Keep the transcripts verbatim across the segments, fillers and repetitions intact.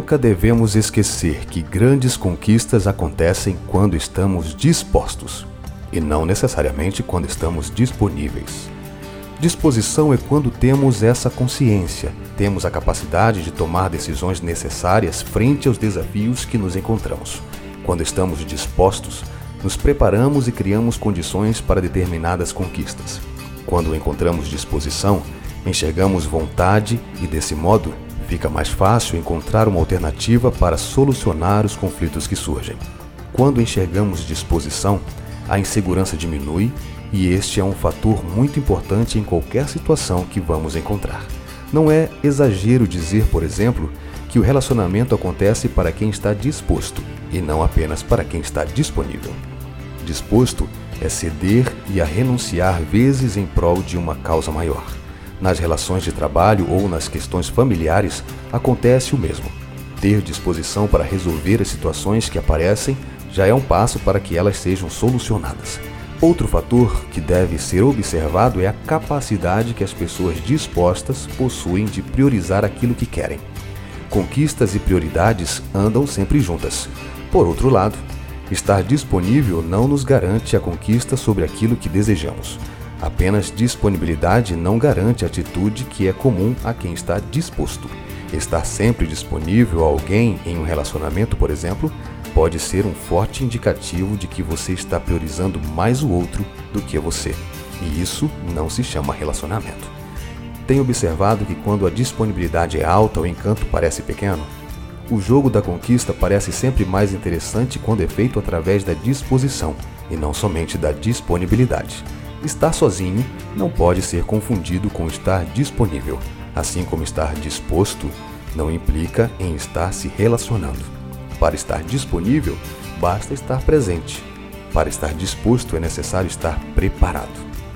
Nunca devemos esquecer que grandes conquistas acontecem quando estamos dispostos, e não necessariamente quando estamos disponíveis. Disposição é quando temos essa consciência, temos a capacidade de tomar decisões necessárias frente aos desafios que nos encontramos. Quando estamos dispostos, nos preparamos e criamos condições para determinadas conquistas. Quando encontramos disposição, enxergamos vontade e, desse modo, fica mais fácil encontrar uma alternativa para solucionar os conflitos que surgem. Quando enxergamos disposição, a insegurança diminui e este é um fator muito importante em qualquer situação que vamos encontrar. Não é exagero dizer, por exemplo, que o relacionamento acontece para quem está disposto e não apenas para quem está disponível. Disposto é ceder e a renunciar vezes em prol de uma causa maior. Nas relações de trabalho ou nas questões familiares, acontece o mesmo. Ter disposição para resolver as situações que aparecem já é um passo para que elas sejam solucionadas. Outro fator que deve ser observado é a capacidade que as pessoas dispostas possuem de priorizar aquilo que querem. Conquistas e prioridades andam sempre juntas. Por outro lado, estar disponível não nos garante a conquista sobre aquilo que desejamos. Apenas disponibilidade não garante a atitude que é comum a quem está disposto. Estar sempre disponível a alguém em um relacionamento, por exemplo, pode ser um forte indicativo de que você está priorizando mais o outro do que você. E isso não se chama relacionamento. Tenho observado que quando a disponibilidade é alta, o encanto parece pequeno. O jogo da conquista parece sempre mais interessante quando é feito através da disposição e não somente da disponibilidade. Estar sozinho não pode ser confundido com estar disponível, assim como estar disposto não implica em estar se relacionando. Para estar disponível, basta estar presente. Para estar disposto, é necessário estar preparado.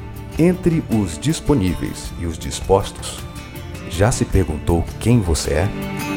Entre os disponíveis e os dispostos, já se perguntou quem você é?